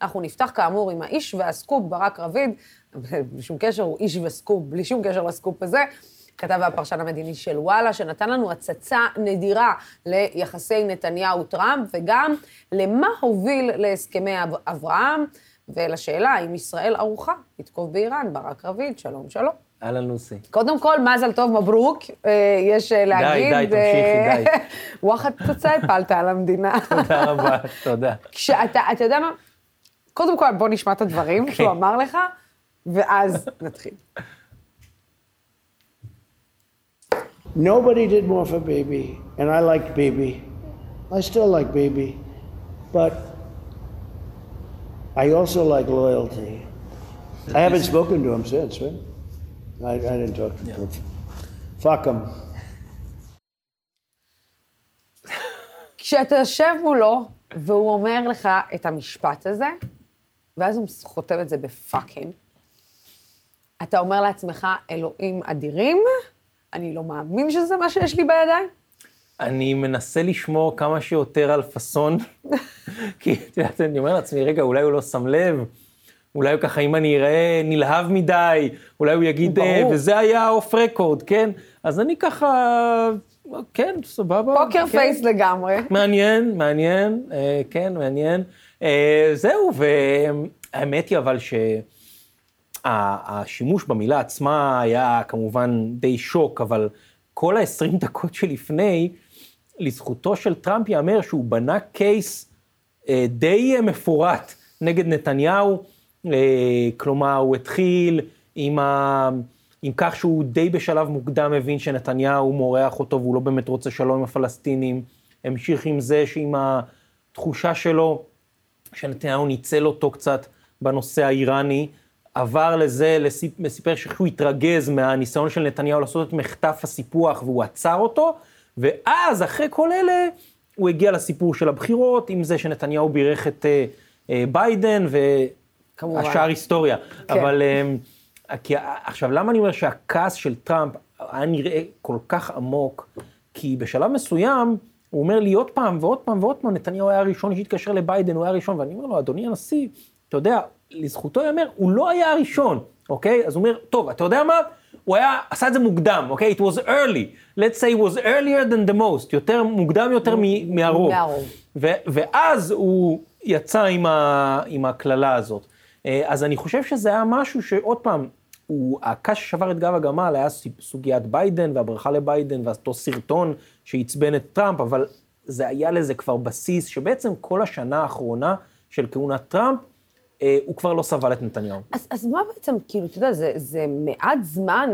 אנחנו נפתח כאמור עם האיש והסקופ, ברק רביד, בלי שום קשר, הוא איש וסקופ, בלי שום קשר לסקופ הזה, כתב הפרשן המדיני של וואלה, שנתן לנו הצצה נדירה ליחסי נתניהו-טראמפ, וגם למה הוביל להסכמי אברהם, ולשאלה האם ישראל ערוכה לתקוף באיראן. ברק רביד, שלום, שלום. אהלן לוסי. קודם כל, מזל טוב, מברוק, יש להגיד. די, תמשיכי, די. וואחד תוצא הפלת על המדינה. תודה רבה, תודה. אתה יודע מה? קודם כל, בוא נשמע את הדברים שהוא אמר לך, ואז נתחיל. Nobody did more for Bibi, and I liked Bibi. I still like Bibi, but I also like loyalty. I haven't spoken to him since, right? I didn't talk to him. Fuck him. כשאתה יושב מולו, והוא אומר לך את המשפט הזה, ואז הוא חותם את זה בפאקינג, אתה אומר לעצמך, אלוהים אדירים, אני לא מאמין שזה מה שיש לי בידיים. אני מנסה לשמור כמה שיותר על פסון, כי את יודעת, אני אומר לעצמי, רגע, אולי הוא לא שם לב, אולי הוא ככה, אם אני אראה נלהב מדי, אולי הוא יגיד, וזה היה אוף רקורד, כן? אז אני ככה, כן, סבבה. פוקר פייס לגמרי. מעניין, כן, מעניין. זהו, והאמת היא אבל השימוש במילה עצמה היה כמובן די שוק, אבל כל ה-20 דקות שלפני, לזכותו של טראמפ יאמר שהוא בנה קייס די מפורט נגד נתניהו, כלומר הוא התחיל עם כך שהוא די בשלב מוקדם מבין שנתניהו מורח אותו והוא לא באמת רוצה שלום עם הפלסטינים, המשיך עם זה שעם התחושה שלו שנתניהו ניצל אותו קצת בנושא האיראני, עבר לזה, לסיפר שהוא התרגז מהניסיון של נתניהו לעשות את מחטף הסיפוח, והוא עצר אותו, ואז אחרי כל אלה, הוא הגיע לסיפור של הבחירות, עם זה שנתניהו בירך את ביידן, והשאר היסטוריה. כן. אבל עכשיו, למה אני אומר שהכעס של טראמפ היה נראה כל כך עמוק? כי בשלב מסוים, הוא אומר לי עוד פעם ועוד פעם ועוד פעם, נתניהו היה הראשון שהתקשר לביידן, הוא היה הראשון, ואני אומר לו, אדוני הנשיא, אתה יודע, לזכותו יאמר, הוא לא היה הראשון, אוקיי? אז הוא אומר, טוב, אתה יודע מה? הוא עשה את זה מוקדם, אוקיי? It was early. Let's say it was earlier than the most. יותר מוקדם יותר מהרוב. ואז הוא יצא עם הכללה הזאת. אז אני חושב שזה היה משהו שעוד פעם, הכעס ששבר את גב הגמל היה סוגיית ביידן והברכה לביידן ואותו סרטון שעצבן את טראמפ, אבל זה היה לזה כבר בסיס שבעצם כל השנה האחרונה של כהונת טראמפ, הוא כבר לא סבל את נתניהו. אז מה בעצם, כאילו, אתה יודע, זה מעט זמן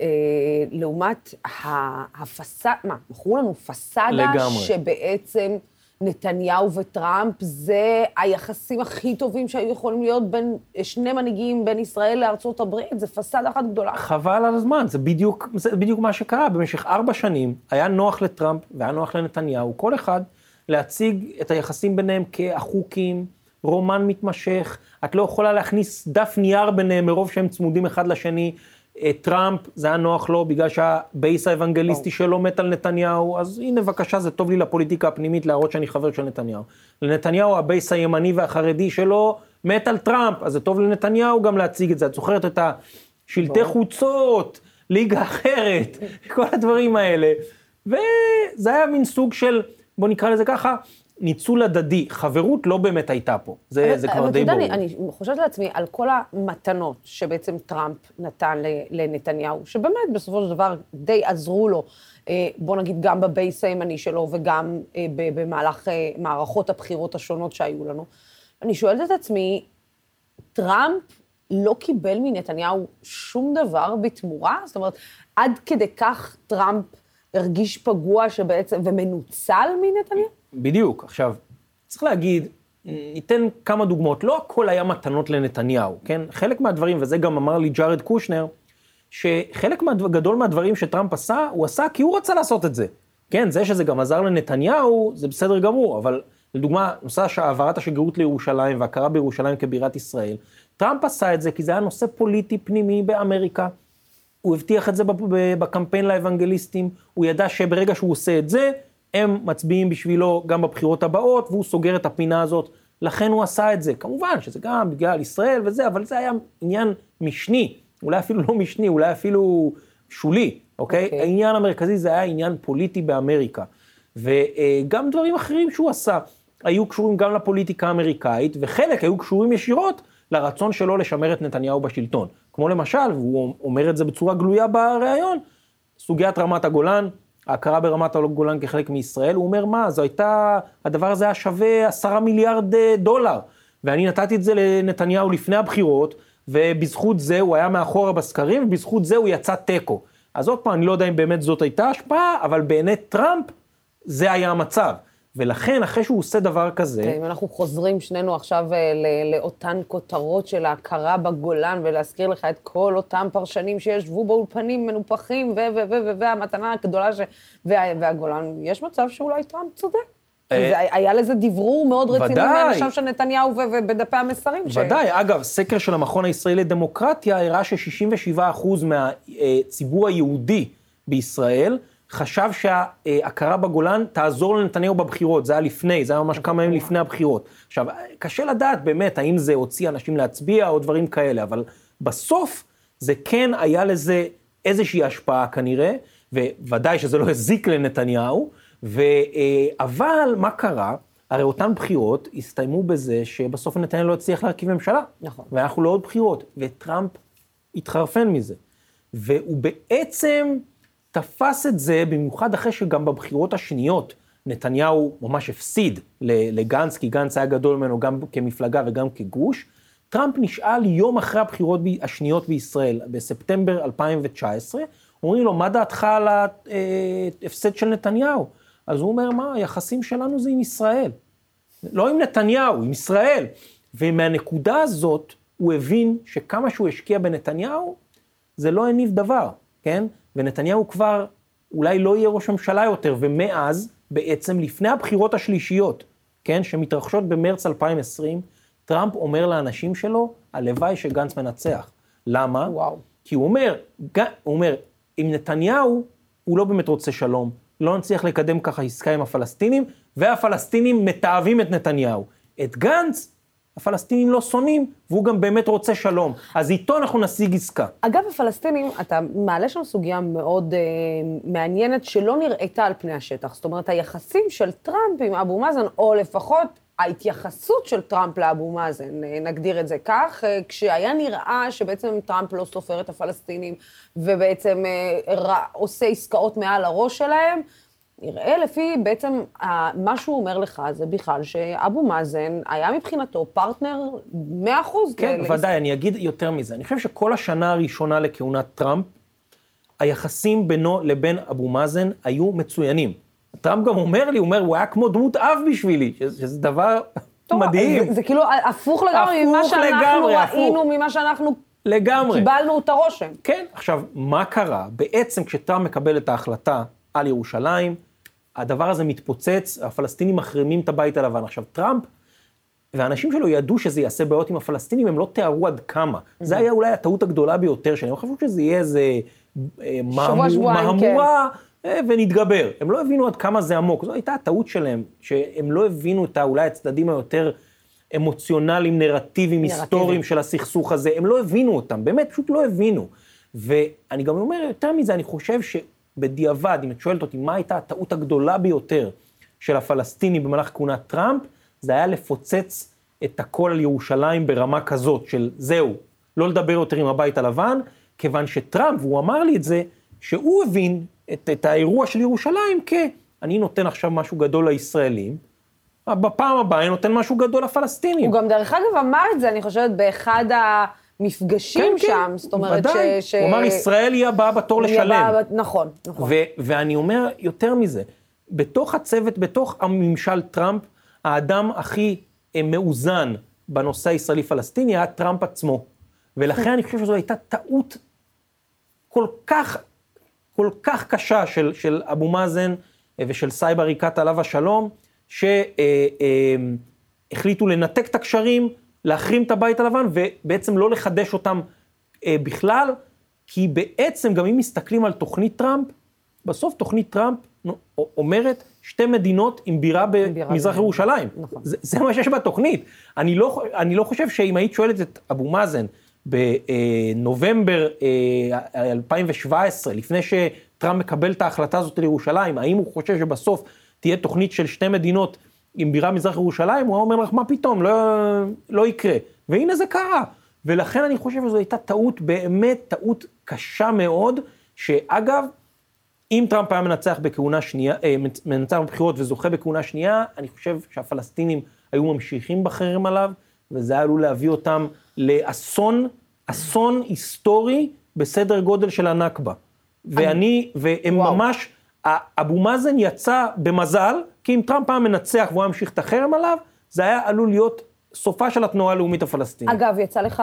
לעומת הפסאדה, מכרו לנו פסאדה לגמרי. שבעצם נתניהו וטראמפ זה היחסים הכי טובים שהיו יכולים להיות בין שני מנהיגים, בין ישראל לארצות הברית, זה פסאדה אחת גדולה. חבל על הזמן, זה בדיוק מה שקרה. במשך 4 שנים היה נוח לטראמפ והיה נוח לנתניהו, כל אחד להציג את היחסים ביניהם כאחוקים, רומן מתמשך, את לא יכולה להכניס דף נייר ביניהם מרוב שהם צמודים אחד לשני. טראמפ, זה היה נוח לו בגלל שהבייס האבנגליסטי שלו מת על נתניהו, אז הנה בבקשה, זה טוב לי לפוליטיקה הפנימית להראות שאני חבר של נתניהו. לנתניהו, הבייס הימני והחרדי שלו מת על טראמפ, אז זה טוב לנתניהו גם להציג את זה. את זוכרת את השלטי חוצות, ליגה אחרת, כל הדברים האלה. וזה היה מין סוג של, בוא נקרא לזה ככה, ניצול הדדי, חברות לא באמת הייתה פה, זה כבר די ברור. אני חושבת לעצמי על כל המתנות שבעצם טראמפ נתן לנתניהו, שבאמת בסופו של דבר די עזרו לו, בוא נגיד גם בבייס הימני שלו וגם במהלך מערכות הבחירות השונות שהיו לנו. אני שואלת את עצמי, טראמפ לא קיבל מנתניהו שום דבר בתמורה? זאת אומרת, עד כדי כך טראמפ הרגיש פגוע שבעצם, ומנוצל מנתניהו? בדיוק. עכשיו, צריך להגיד, ניתן כמה דוגמאות, לא הכל היה מתנות לנתניהו, כן? חלק מהדברים, וזה גם אמר לי ג'ארד קושנר, שחלק גדול מהדברים שטראמפ עשה, הוא עשה כי הוא רצה לעשות את זה. כן, זה שזה גם עזר לנתניהו, זה בסדר גמור, אבל לדוגמה, נושא העברת השגרירות לירושלים, והכרה בירושלים כבירת ישראל, טראמפ עשה את זה כי זה היה נושא פוליטי פנימי באמריקה, הוא הבטיח את זה בקמפיין לאבנגליסטים, הוא ידע שברגע שהוא עושה את זה, הם מצביעים בשבילו גם בבחירות הבאות, והוא סוגר את הפינה הזאת לכן הוא עשה את זה. כמובן שזה גם בגלל ישראל וזה, אבל זה היה עניין משני, אולי אפילו לא משני, אולי אפילו שולי, אוקיי? העניין המרכזי זה היה עניין פוליטי באמריקה. וגם דברים אחרים שהוא עשה, היו קשורים גם לפוליטיקה האמריקאית, וחלק היו קשורים ישירות לרצון שלו לשמר את נתניהו בשלטון. כמו למשל, והוא אומר את זה בצורה גלויה בריאיון, סוגיית רמת הגולן, ההכרה ברמת הגולן כחלק מישראל, הוא אומר מה, הדבר הזה היה שווה 10 מיליארד דולר, ואני נתתי את זה לנתניהו לפני הבחירות, ובזכות זה הוא היה מאחורה בסקרים, ובזכות זה הוא יצא טקו. אז עוד פעם, אני לא יודע אם באמת זאת הייתה השפעה, אבל בעיני טראמפ זה היה המצב. ולכן, אחרי שהוא עושה דבר כזה... אם אנחנו חוזרים שנינו עכשיו לאותן כותרות של ההכרה בגולן, ולהזכיר לך את כל אותם פרשנים שישבו באולפנים מנופחים, והמתנה הגדולה והגולן, יש מצב שאולי טראמפ צודק. היה לזה דברור מאוד רציני מהאנשיו של נתניהו ובדפי המסרים. ודאי, אגב, סקר של המכון הישראלי לדמוקרטיה הראה ש67% מהציבור היהודי בישראל חשב שההכרה בגולן תעזור לנתניהו בבחירות, זה היה לפני, זה היה ממש כמה ימים לפני הבחירות. עכשיו, קשה לדעת באמת האם זה הוציא אנשים להצביע או דברים כאלה, אבל בסוף זה כן היה לזה איזושהי השפעה כנראה, וודאי שזה לא הזיק לנתניהו, אבל מה קרה? הרי אותן בחירות הסתיימו בזה שבסוף נתניהו לא הצליח להרכיב ממשלה. נכון. ואנחנו לעוד בחירות, וטראמפ התחרפן מזה. והוא בעצם תפס את זה, במיוחד אחרי שגם בבחירות השניות, נתניהו ממש הפסיד לגנץ, כי גנץ היה גדול ממנו גם כמפלגה וגם כגוש. טראמפ נשאל יום אחרי הבחירות השניות בישראל, בספטמבר 2019, אומרים לו, מה דעתך על ההפסד של נתניהו? אז הוא אומר, מה, היחסים שלנו זה עם ישראל. לא עם נתניהו, עם ישראל. ומהנקודה הזאת, הוא הבין שכמה שהוא השקיע בנתניהו, זה לא הניב דבר, כן? ונתניהו כבר אולי לא יהיה ראש ממשלה יותר, ומאז, בעצם לפני הבחירות השלישיות, כן, שמתרחשות במרץ 2020, טראמפ אומר לאנשים שלו, הלוואי שגנץ מנצח. למה? וואו. כי הוא אומר, עם נתניהו, הוא לא באמת רוצה שלום, לא נצליח לקדם ככה עסקה עם הפלסטינים, והפלסטינים מתאהבים את נתניהו. את גנץ, הפלסטינים לא שונאים, והוא גם באמת רוצה שלום. אז איתו אנחנו נשיג עסקה. אגב, הפלסטינים, אתה מעלה שם סוגיה מאוד מעניינת, שלא נראיתה על פני השטח. זאת אומרת, היחסים של טראמפ עם אבו מאזן, או לפחות ההתייחסות של טראמפ לאבו מאזן, נגדיר את זה כך, כשהיה נראה שבעצם טראמפ לא סופר את הפלסטינים, ובעצם עושה עסקאות מעל הראש שלהם, נראה לפי בעצם מה שהוא אומר לך, זה בכלל שאבו מאזן היה מבחינתו פרטנר 100%. כן, ודאי, אני אגיד יותר מזה. אני חושב שכל השנה הראשונה לכהונת טראמפ, היחסים בינו לבין אבו מאזן היו מצוינים. טראמפ גם אומר לי, הוא היה כמו דמות אב בשבילי, שזה דבר מדהים. זה כאילו הפוך לגמרי ממה שאנחנו ראינו, ממה שאנחנו קיבלנו את הרושם. כן, עכשיו, מה קרה? בעצם כשטראמפ מקבל את ההחלטה על ירושלים, הדבר הזה מתפוצץ, הפלסטינים מחרימים את הבית הלבן. עכשיו, טראמפ והאנשים שלו ידעו שזה יעשה בעיות עם הפלסטינים, הם לא תיארו עד כמה. זה היה אולי הטעות הגדולה ביותר שלהם. אני חושב שזה יהיה איזה מהמורה ונתגבר. הם לא הבינו עד כמה זה עמוק. זו הייתה הטעות שלהם, שהם לא הבינו את אולי הצדדים היותר אמוציונליים, נרטיביים, היסטוריים של הסכסוך הזה. הם לא הבינו אותם, באמת פשוט לא הבינו. ואני גם אומר יותר מזה, אני חושב בדיעבד, אם את שואלת אותי, מה הייתה הטעות הגדולה ביותר של הפלסטינים במהלך כהונת טראמפ, זה היה לפוצץ את הכל על ירושלים ברמה כזאת של זהו, לא לדבר יותר עם הבית הלבן, כיוון שטראמפ, והוא אמר לי את זה, שהוא הבין את האירוע של ירושלים אני נותן עכשיו משהו גדול לישראלים, בפעם הבאה אני נותן משהו גדול לפלסטינים. הוא גם דרך אגב אמר את זה, אני חושבת, באחד המפגשים שם, זאת אומרת הוא אמר, ישראל היא הבאה בתור לשלם. נכון. ואני אומר יותר מזה, בתוך הצוות, בתוך הממשל טראמפ, האדם הכי מאוזן בנושא הישראלי-פלסטיני היה טראמפ עצמו. ולכן אני חושב שזו הייתה טעות כל כך קשה של אבו מאזן ושל סאיב עריקאת עליו השלום, שהחליטו לנתק את הקשרים, להחרים את הבית הלבן, ובעצם לא לחדש אותם בכלל, כי בעצם גם אם מסתכלים על תוכנית טראמפ, בסוף תוכנית טראמפ אומרת שתי מדינות עם בירה במזרח ירושלים. נכון. זה מה שיש בתוכנית. אני לא חושב שאם היית שואלת את אבו מאזן בנובמבר 2017, לפני שטראמפ מקבל את ההחלטה הזאת לירושלים, האם הוא חושב שבסוף תהיה תוכנית של שתי מדינות עם בירה מזרח ירושלים, הוא אומר לך, מה פתאום, לא יקרה. והנה זה קרה. ולכן אני חושב שזו הייתה טעות, באמת טעות קשה מאוד, שאגב, אם טראמפ היה מנצח בכהונה שנייה, מנצח בבחירות וזוכה בכהונה שנייה, אני חושב שהפלסטינים היו ממשיכים בחרם עליו, וזה היה עלול להביא אותם לאסון, אסון היסטורי בסדר גודל של הנכבה. והם ממש, אבו מאזן יצא במזל, כי אם טראמפ היה מנצח והוא היה ממשיך את החרם עליו, זה היה עלול להיות סופה של התנועה הלאומית הפלסטינית. אגב, יצא לך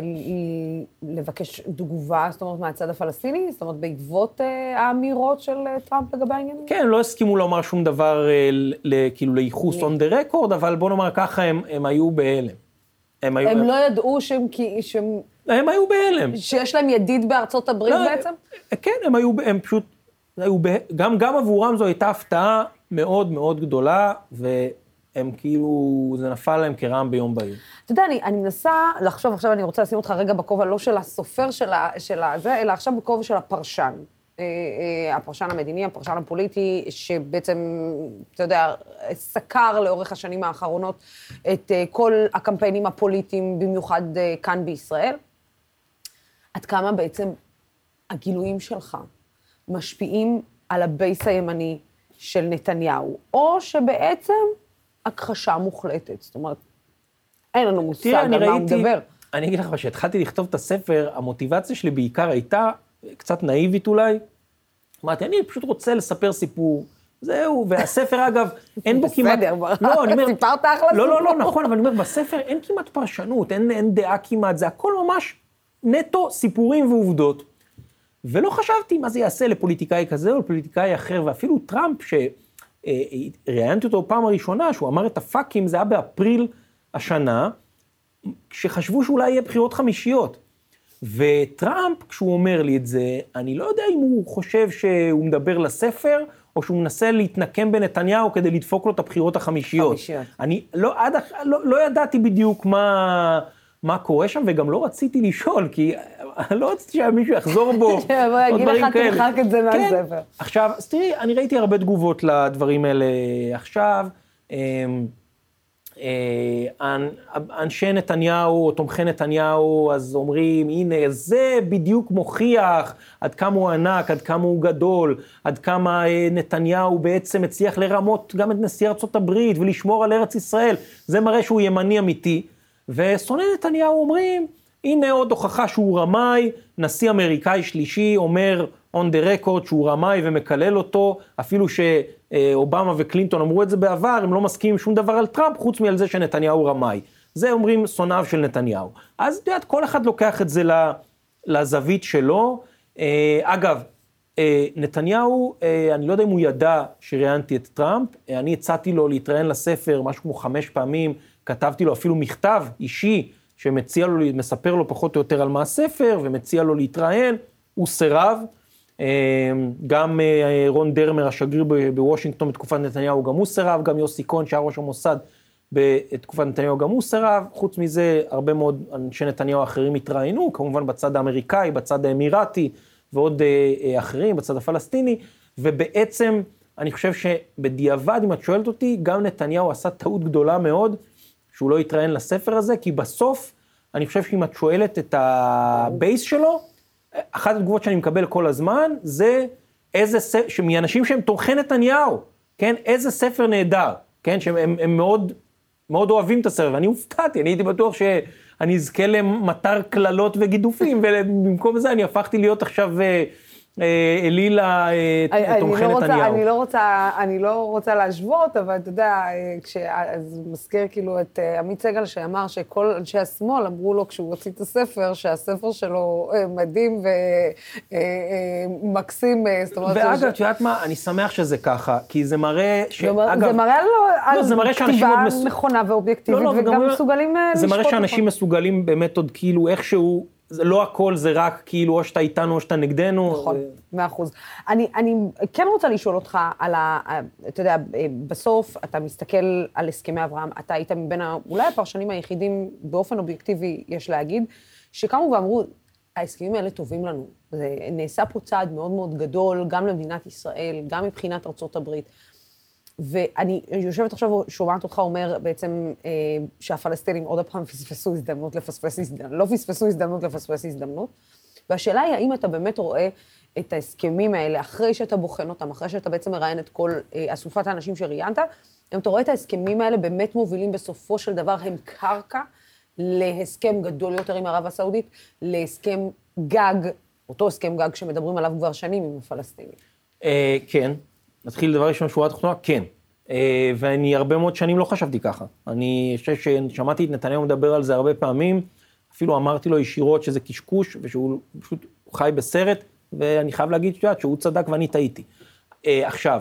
לבקש תגובה, זאת אומרת, מהצד הפלסטיני? זאת אומרת, בעקבות האמירות של טראמפ לגבי העניין? כן, לא הסכימו לומר שום דבר כאילו לייחוס on the record, אבל בוא נאמר ככה, הם היו בהלם. הם לא ידעו שהם... הם היו בהלם. שיש להם ידיד בארצות הברית בעצם? כן, הם פשוט... גם עבורם זו הייתה הפתעה מאוד מאוד גדולה, הם כאילו, זה נפל להם כרעם ביום בהיר. אתה יודע, אני מנסה לחשוב, עכשיו אני רוצה לשים אותך רגע בכובע, לא של הסופר של זה, אלא עכשיו בכובע של הפרשן. הפרשן המדיני, הפרשן הפוליטי, שבעצם, אתה יודע, סקר לאורך השנים האחרונות את כל הקמפיינים הפוליטיים, במיוחד כאן בישראל. עד כמה בעצם הגילויים שלך משפיעים על הבייס הימני של נתניהו, או שבעצם הכחשה מוחלטת, זאת אומרת, אין לנו מושג על מה הוא מדבר. אני אגיד לך, כשהתחלתי לכתוב את הספר, המוטיבציה שלי בעיקר הייתה קצת נאיבית אולי. אמרתי, אני פשוט רוצה לספר סיפור, זהו, והספר אגב, אין בו כמעט... בסדר, סיפרת אחלה סיפור. לא, נכון, אבל אני אומר, בספר אין כמעט פרשנות, אין דעה כמעט, זה הכל ממש נטו סיפורים ועובדות. ולא חשבתי מה זה יעשה לפוליטיקאי כזה או לפוליטיקאי אחר, ואפילו טראמפ, שראיינתי אותו פעם הראשונה, שהוא אמר את הפאקים, זה היה באפריל השנה, כשחשבו שאולי יהיה בחירות חמישיות. וטראמפ, כשהוא אומר לי את זה, אני לא יודע אם הוא חושב שהוא מדבר לספר, או שהוא מנסה להתנקם בנתניהו כדי לדפוק לו את הבחירות החמישיות. אני לא ידעתי בדיוק מה קורה שם, וגם לא רציתי לשאול, כי לא רציתי שמישהו יחזור בו. בוא אגיד לך, תמחק את זה מהספר. עכשיו, אז תראי, אני ראיתי הרבה תגובות לדברים האלה עכשיו. אנשי נתניהו או תומכי נתניהו, אז אומרים, הנה, זה בדיוק מוכיח עד כמה הוא ענק, עד כמה הוא גדול, עד כמה נתניהו בעצם הצליח לרמות גם את נשיא ארצות הברית ולשמור על ארץ ישראל. זה מראה שהוא ימני אמיתי. ושונאי נתניהו אומרים, הנה עוד הוכחה שהוא רמאי, נשיא אמריקאי שלישי אומר on the record שהוא רמאי ומקלל אותו, אפילו שאובמה וקלינטון אמרו את זה בעבר, הם לא מסכימים שום דבר על טראמפ, חוץ מעל זה שנתניהו רמאי. זה אומרים שונאיו של נתניהו. אז את יודעת, כל אחד לוקח את זה לזווית שלו. אגב, נתניהו, אני לא יודע אם הוא ידע שראיינתי את טראמפ, אני הצעתי לו להתראיין לספר משהו כמו 5 פעמים, כתבתי לו אפילו מכתב אישי, שמציע לו, מספר לו פחות או יותר על מה הספר, ומציע לו להתראיין, הוא סירב. גם רון דרמר, השגריר בוושינגטון בתקופת נתניהו, גם הוא סירב, גם יוסי כהן, שהיה ראש המוסד בתקופת נתניהו, גם הוא סירב. חוץ מזה, הרבה מאוד אנשי נתניהו האחרים התראיינו, כמובן בצד האמריקאי, בצד האמירתי, ועוד אחרים, בצד הפלסטיני, ובעצם אני חושב שבדיעבד, אם את שואלת אותי, גם נתניהו עשה טעות גדולה מאוד, שהוא לא יתראיין לספר הזה, כי בסוף, אני חושב שאם את שואלת את הבייס שלו, אחת התגובות שאני מקבל כל הזמן, זה איזה ספר, שמאנשים שהם תומכי נתניהו, כן, איזה ספר נהדר, כן, שהם מאוד, מאוד אוהבים את הספר, ואני הופתעתי, אני הייתי בטוח שאני אזכה למטר כללות וגידופים, ובמקום זה אני הפכתי להיות עכשיו אלילה תומכי נתניהו. אני לא רוצה להשוות, אבל אתה יודע, אז מזכיר כאילו את עמית סגל שאמר שכל אנשי השמאל אמרו לו כשהוא הוציא את הספר, שהספר שלו מדהים ומקסים. ואגב, את יודעת מה, אני שמח שזה ככה, כי זה מראה זה מראה לו על כתיבה נכונה ואובייקטיבית, וגם מסוגלים לשפוט. זה מראה שאנשים מסוגלים באמת עוד כאילו איכשהו לא הכל זה רק כאילו או שאתה איתנו או שאתה נגדנו. נכון, 100%. אני כן רוצה לשאול אותך על אתה יודע, בסוף אתה מסתכל על הסכמי אברהם, אתה היית מבין אולי הפרשנים היחידים באופן אובייקטיבי, יש להגיד, שקמו ואמרו, ההסכמים האלה טובים לנו. זה נעשה פה צעד מאוד מאוד גדול, גם למדינת ישראל, גם מבחינת ארצות הברית. ואני יושבת עכשיו, שומעת אותך אומר בעצם שהפלסטינים עוד הפעם פספסו הזדמנות לפספס הזדמנות, לא פספסו הזדמנות לפספס הזדמנות. והשאלה היא, האם אתה באמת רואה את ההסכמים האלה, אחרי שאתה בוחן אותם, אחרי שאתה בעצם מראיין את כל אסופת האנשים שראיינת, אם אתה רואה את ההסכמים האלה באמת מובילים בסופו של דבר, הם קרקע להסכם גדול יותר עם ערב הסעודית, להסכם גג, אותו הסכם גג שמדברים עליו כבר שנים עם הפלסטינים. כן. נתחיל דבר ראשון, שורה תחתונה, כן. ואני הרבה מאוד שנים לא חשבתי ככה. אני חושב ששמעתי את נתניהו מדבר על זה הרבה פעמים, אפילו אמרתי לו ישירות שזה קשקוש, ושהוא פשוט חי בסרט, ואני חייב להגיד שהוא צדק ואני טעיתי. עכשיו,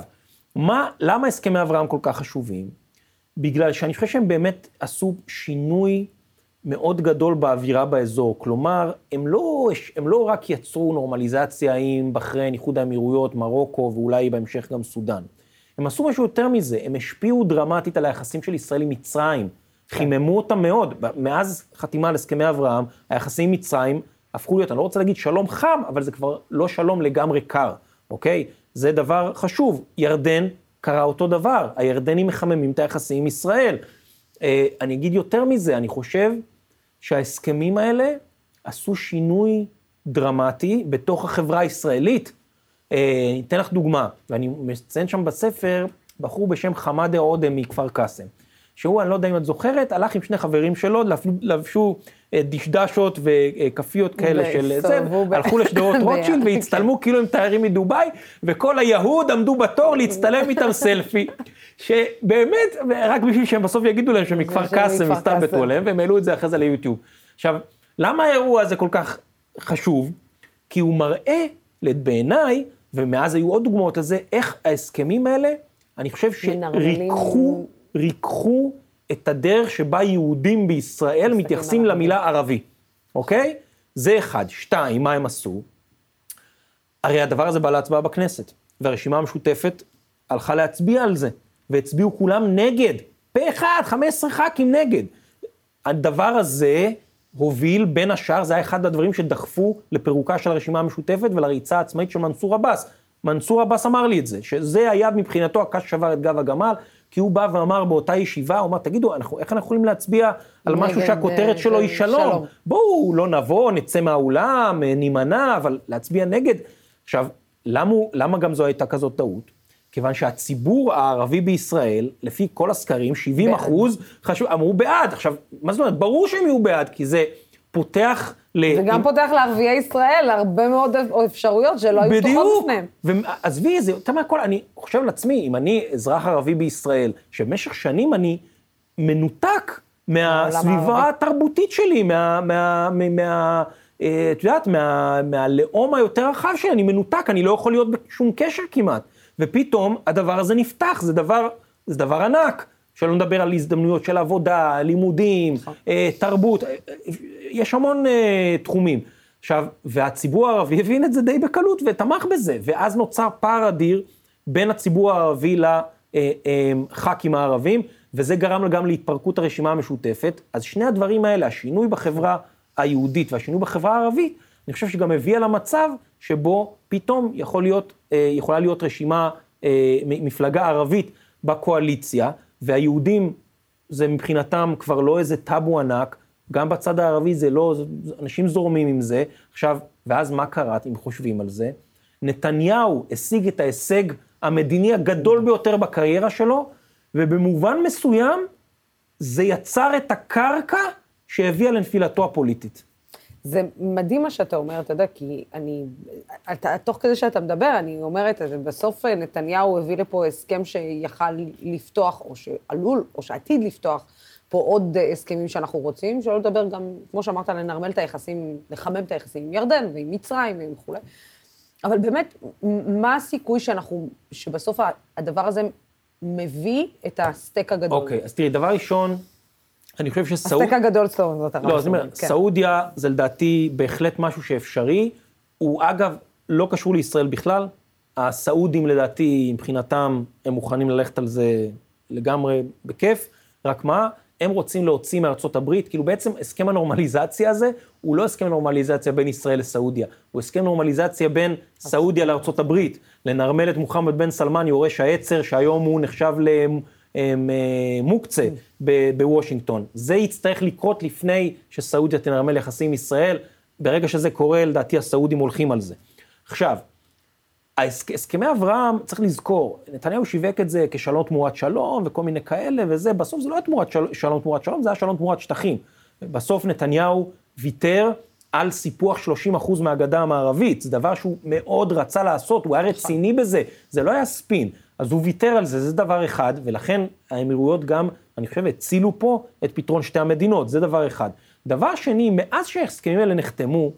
למה הסכמי אברהם כל כך חשובים? בגלל שאני חושב שהם באמת עשו שינוי מאוד גדול באווירה באזור. כלומר, הם לא רק יצרו נורמליזציה עם בחריין, איחוד האמירויות, מרוקו, ואולי בהמשך גם סודן. הם עשו משהו יותר מזה, הם השפיעו דרמטית על היחסים של ישראל עם מצרים, חיממו אותם מאוד. מאז חתימה על הסכמי אברהם, היחסים עם מצרים הפכו להיות, אני לא רוצה להגיד שלום חם, אבל זה כבר לא שלום לגמרי קר, אוקיי? זה דבר חשוב. ירדן קרה אותו דבר, הירדנים מחממים את היחסים עם ישראל. אני אגיד יותר מזה, אני חושב שההסכמים האלה עשו שינוי דרמטי בתוך החברה הישראלית. אני אתן לך דוגמה, ואני מציין שם בספר, בחור בשם חמאדה עודה מכפר קאסם, שהוא, אני לא יודע אם את זוכרת, הלך עם שני חברים שלו, לבשו דשדשות וכפיות כאלה של זה, הלכו לשדרות רוטשילד והצטלמו כאילו הם תיירים מדובאי, וכל היהוד עמדו בתור להצטלם איתם סלפי, שבאמת, רק בשביל שהם בסוף יגידו להם שמכפר קאסם הסתלבטו עליהם, והם העלו את זה אחרי זה ליוטיוב. עכשיו, למה האירוע הזה כל כך חשוב? כי הוא מראה, בעיניי, ומאז היו עוד דוגמאות לזה, איך ההסכמים האלה, אני חושב שריקחו את הדרך שבה יהודים בישראל מתייחסים למילה ערבי, אוקיי? זה אחד. שתיים, מה הם עשו? הרי הדבר הזה בא להצבעה בכנסת, והרשימה המשותפת הלכה להצביע על זה, והצביעו כולם נגד, פה אחד, 15 ח"כים נגד. הדבר הזה הוביל בין השאר, זה היה אחד הדברים שדחפו לפירוקה של הרשימה המשותפת ולריצה העצמאית של מנסור עבאס. מנסור עבאס אמר לי את זה, שזה היה מבחינתו הקש שבר את גב הגמל, כי הוא בא ואמר באותה ישיבה, הוא אמר, תגידו, איך אנחנו יכולים להצביע על משהו שהכותרת שלו היא שלום? בואו, לא נבוא, נצא מהאולם, נימנע, אבל להצביע נגד. עכשיו, למה גם זו הייתה כזאת טעות? כיוון שהציבור הערבי בישראל, לפי כל הסקרים, 70% אמרו בעד. עכשיו, מה זאת אומרת? ברור שהם יהיו בעד, כי זה פותח זה גם פותח לערביי ישראל, הרבה מאוד אפשרויות שלא היו פתוחות בפניהם. ועזבי, זה יותר מהכל, אני חושב לעצמי, אם אני אזרח ערבי בישראל, שבמשך שנים אני מנותק מהסביבה התרבותית שלי, את יודעת, מהלאום היותר רחב שלי, אני מנותק, אני לא יכול להיות בשום קשר כמעט. ופתאום הדבר הזה נפתח, זה דבר ענק, שלא נדבר על הזדמנויות של עבודה, לימודים, תרבות, יש המון תחומים. עכשיו, והציבור הערבי הבין את זה די בקלות ותמך בזה, ואז נוצר פער אדיר בין הציבור הערבי לח"כים הערבים, וזה גרם גם להתפרקות הרשימה המשותפת. אז שני הדברים האלה, השינוי בחברה היהודית והשינוי בחברה הערבית, אני חושב שגם הביא למצב שבו פתאום יכולה להיות רשימה, מפלגה ערבית בקואליציה, והיהודים זה מבחינתם כבר לא איזה טאבו ענק, גם בצד הערבי זה לא, אנשים זורמים עם זה. עכשיו, ואז מה קרה, אם חושבים על זה? נתניהו השיג את ההישג המדיני הגדול ביותר בקריירה שלו, ובמובן מסוים זה יצר את הקרקע שהביאה לנפילתו הפוליטית. זה מדהים מה שאתה אומר, אתה יודע, כי תוך כדי שאתה מדבר, אני אומרת, בסוף נתניהו הביא לפה הסכם שיכל לפתוח, או שעלול, או שעתיד לפתוח, פה עוד הסכמים שאנחנו רוצים, שלא לדבר גם, כמו שאמרת, לנרמל את היחסים, לחמם את היחסים עם ירדן ועם מצרים ועם וכו'. אבל באמת, מה הסיכוי שבסוף הדבר הזה מביא את הסטייק הגדול? אוקיי, אז תראי, דבר ראשון, אני חושב הסטייק הגדול שלו, זאת הרעש. לא, זאת אומרת, סעודיה זה לדעתי בהחלט משהו שאפשרי. הוא אגב לא קשור לישראל בכלל. הסעודים לדעתי, מבחינתם, הם מוכנים ללכת על זה לגמרי בכיף. רק מה? הם רוצים להוציא מארצות הברית, כאילו בעצם הסכם הנורמליזציה הזה, הוא לא הסכם נורמליזציה בין ישראל לסעודיה, הוא הסכם נורמליזציה בין סעודיה לארצות הברית, לנרמל את מוחמד בן סלמן, יורש העצר, שהיום הוא נחשב למוקצה בוושינגטון. זה יצטרך לקרות לפני שסעודיה תנרמל יחסים עם ישראל, ברגע שזה קורה, לדעתי הסעודים הולכים על זה. עכשיו, הסכמי אברהם, צריך לזכור, נתניהו שיווק את זה כשלום תמורת שלום וכל מיני כאלה וזה, בסוף זה לא היה שלום תמורת שלום, זה היה שלום תמורת שטחים. בסוף נתניהו ויתר על סיפוח 30% מהגדה המערבית, זה דבר שהוא מאוד רצה לעשות, הוא היה רציני בזה, זה לא היה ספין, אז הוא ויתר על זה, זה דבר אחד, ולכן האמירויות גם, אני חושב, הצילו פה את פתרון שתי המדינות, זה דבר אחד. דבר שני, מאז שההסכמים האלה נחתמו,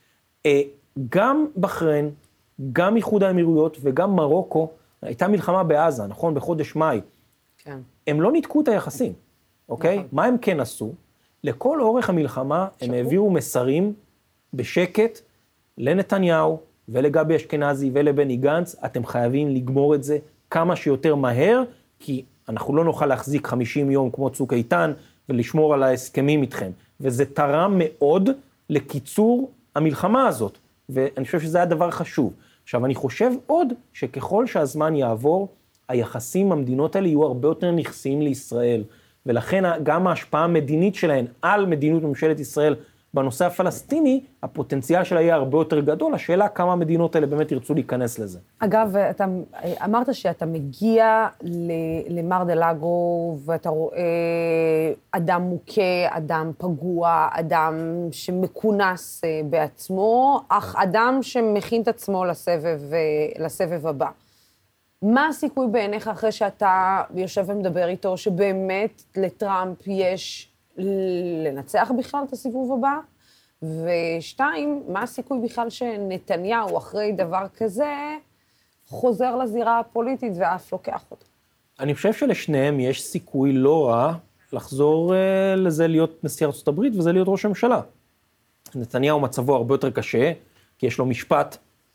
גם בחריין, גם איחוד האמירויות וגם מרוקו, הייתה מלחמה בעזה, נכון? בחודש מאי. כן. הם לא ניתקו את היחסים, אוקיי? נכון. מה הם כן עשו? לכל אורך המלחמה הם העבירו מסרים בשקט לנתניהו ולגבי אשכנזי ולבני גנץ, אתם חייבים לגמור את זה כמה שיותר מהר, כי אנחנו לא נוכל להחזיק 50 יום כמו צוק איתן ולשמור על ההסכמים איתכם. וזה תרם מאוד לקיצור המלחמה הזאת, ואני חושב שזה היה דבר חשוב. עכשיו, אני חושב עוד שככל שהזמן יעבור, היחסים במדינות האלה יהיו הרבה יותר נכסיים לישראל, ולכן גם ההשפעה המדינית שלהן על מדיניות ממשלת ישראל בנושא הפלסטיני, הפוטנציאל שלה יהיה הרבה יותר גדול, השאלה כמה המדינות האלה באמת ירצו להיכנס לזה. אגב, אתה אמרת שאתה מגיע למר דלאגו, ואתה רואה אדם מוכה, אדם פגוע, אדם שמכונס בעצמו, אך אדם שמכין את עצמו לסבב הבא. מה הסיכוי בעיניך אחרי שאתה יושב ומדבר איתו, שבאמת לטראמפ יש לנצח בכלל את הסיבוב הבא? ושתיים, מה הסיכוי בכלל שנתניהו, אחרי דבר כזה, חוזר לזירה הפוליטית ואף לוקח אותו? אני חושב שלשניהם יש סיכוי לא רע לחזור לזה להיות נשיא ארצות הברית, וזה להיות ראש הממשלה. נתניהו מצבו הרבה יותר קשה, כי יש לו משפט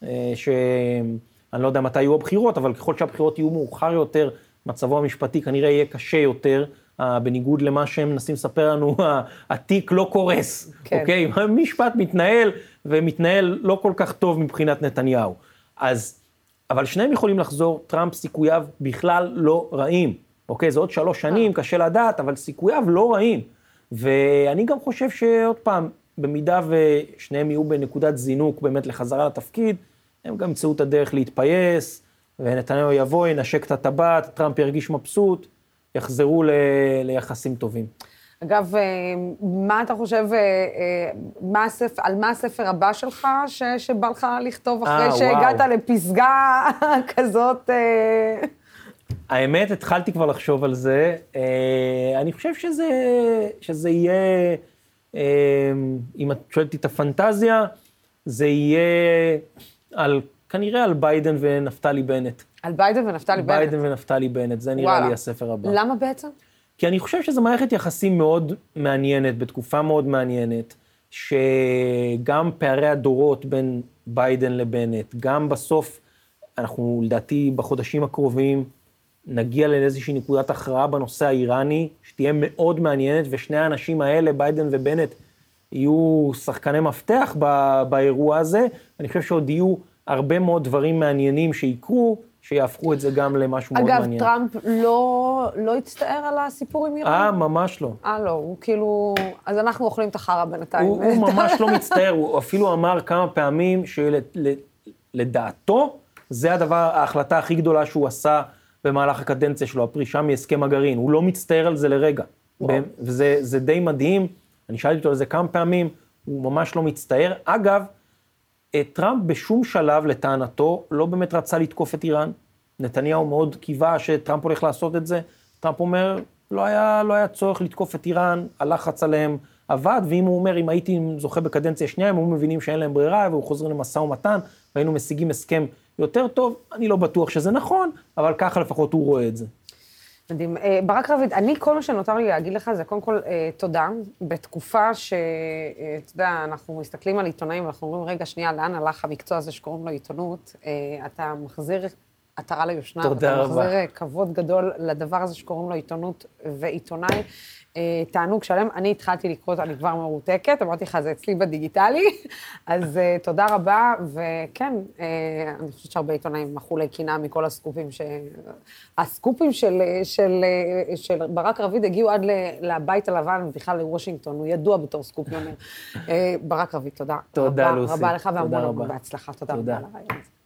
אני לא יודע מתי יהיו הבחירות, אבל ככל שהבחירות יהיו מאוחר יותר, מצבו המשפטי כנראה יהיה קשה יותר, בניגוד למה שהם מנסים לספר לנו, התיק לא קורס, כן. אוקיי? המשפט מתנהל, ומתנהל לא כל כך טוב מבחינת נתניהו. אבל שניהם יכולים לחזור, טראמפ סיכוייו בכלל לא רעים, אוקיי? זה עוד 3 שנים, קשה לדעת, אבל סיכוייו לא רעים. ואני גם חושב שעוד פעם, במידה ושניהם יהיו בנקודת זינוק באמת לחזרה לתפקיד, הם גם ימצאו את הדרך להתפייס, ונתניהו יבוא, ינשק את הטבעת, טראמפ ירגיש מבסוט, יחזרו ליחסים טובים. אגב, מה אתה חושב, על מה הספר הבא שלך שבא לך לכתוב אחרי שהגעת לפסגה כזאת? האמת, התחלתי כבר לחשוב על זה. אני חושב שזה יהיה, אם את שואלת את הפנטזיה, זה יהיה כנראה על ביידן ונפתלי בנט. על ביידן ונפתלי בנט? ביידן ונפתלי בנט, זה נראה לי הספר הבא. למה בעצם? כי אני חושב שזו מערכת יחסים מאוד מעניינת, בתקופה מאוד מעניינת, שגם פערי הדורות בין ביידן לבנט, גם בסוף, אנחנו לדעתי בחודשים הקרובים, נגיע לאיזושהי נקודת הכרעה בנושא האיראני, שתהיה מאוד מעניינת, ושני האנשים האלה, ביידן ובנט, יהיו שחקני מפתח באירוע הזה. אני חושב שעוד יהיו הרבה מאוד דברים מעניינים שיקרו, שיהפכו את זה גם למשהו מאוד מעניין. אגב, טראמפ לא הצטער על הסיפור עם איראן? ממש לא. לא, הוא כאילו, אז אנחנו אוכלים את החרא בינתיים. הוא ממש לא מצטער, הוא אפילו אמר כמה פעמים שלדעתו, זה ההחלטה הכי גדולה שהוא עשה במהלך הקדנציה שלו, הפרישה מהסכם הגרעין. הוא לא מצטער על זה לרגע. וזה די מדהים, אני שאלתי אותו על זה כמה פעמים, הוא ממש לא מצטער. אגב, טראמפ בשום שלב לטענתו לא באמת רצה לתקוף את איראן. נתניהו מאוד קיווה שטראמפ הולך לעשות את זה. טראמפ אומר, לא היה צורך לתקוף את איראן, הלחץ עליהם עבד, ואם הוא אומר, אם הייתי זוכה בקדנציה שנייה, הם מבינים שאין להם ברירה, והוא חוזר למשא ומתן, והיינו משיגים הסכם יותר טוב, אני לא בטוח שזה נכון, אבל ככה לפחות הוא רואה את זה. מדהים. ברק רביד, כל מה שנותר לי להגיד לך זה קודם כל תודה. בתקופה שאתה יודע, אנחנו מסתכלים על עיתונאים, ואנחנו אומרים, רגע, שנייה, לאן הלך המקצוע הזה שקוראים לו עיתונות? אתה מחזיר עטרה ליושנה, תודה רבה. אתה מחזיר כבוד גדול לדבר הזה שקוראים לו עיתונות ועיתונאי. תענוג שלם, אני התחלתי לקרוא, אני כבר מרותקת, אמרתי לך, זה אצלי בדיגיטלי, אז תודה רבה, וכן, אני חושבת שהרבה עיתונאים מחו לקנאה מכל הסקופים, הסקופים של ברק רביד הגיעו עד לבית הלבן, ובכלל לוושינגטון, הוא ידוע בתור סקופיונר. ברק רביד, תודה. תודה, לוסי. רבה לך, והמון בהצלחה, תודה רבה על הרעיון הזה.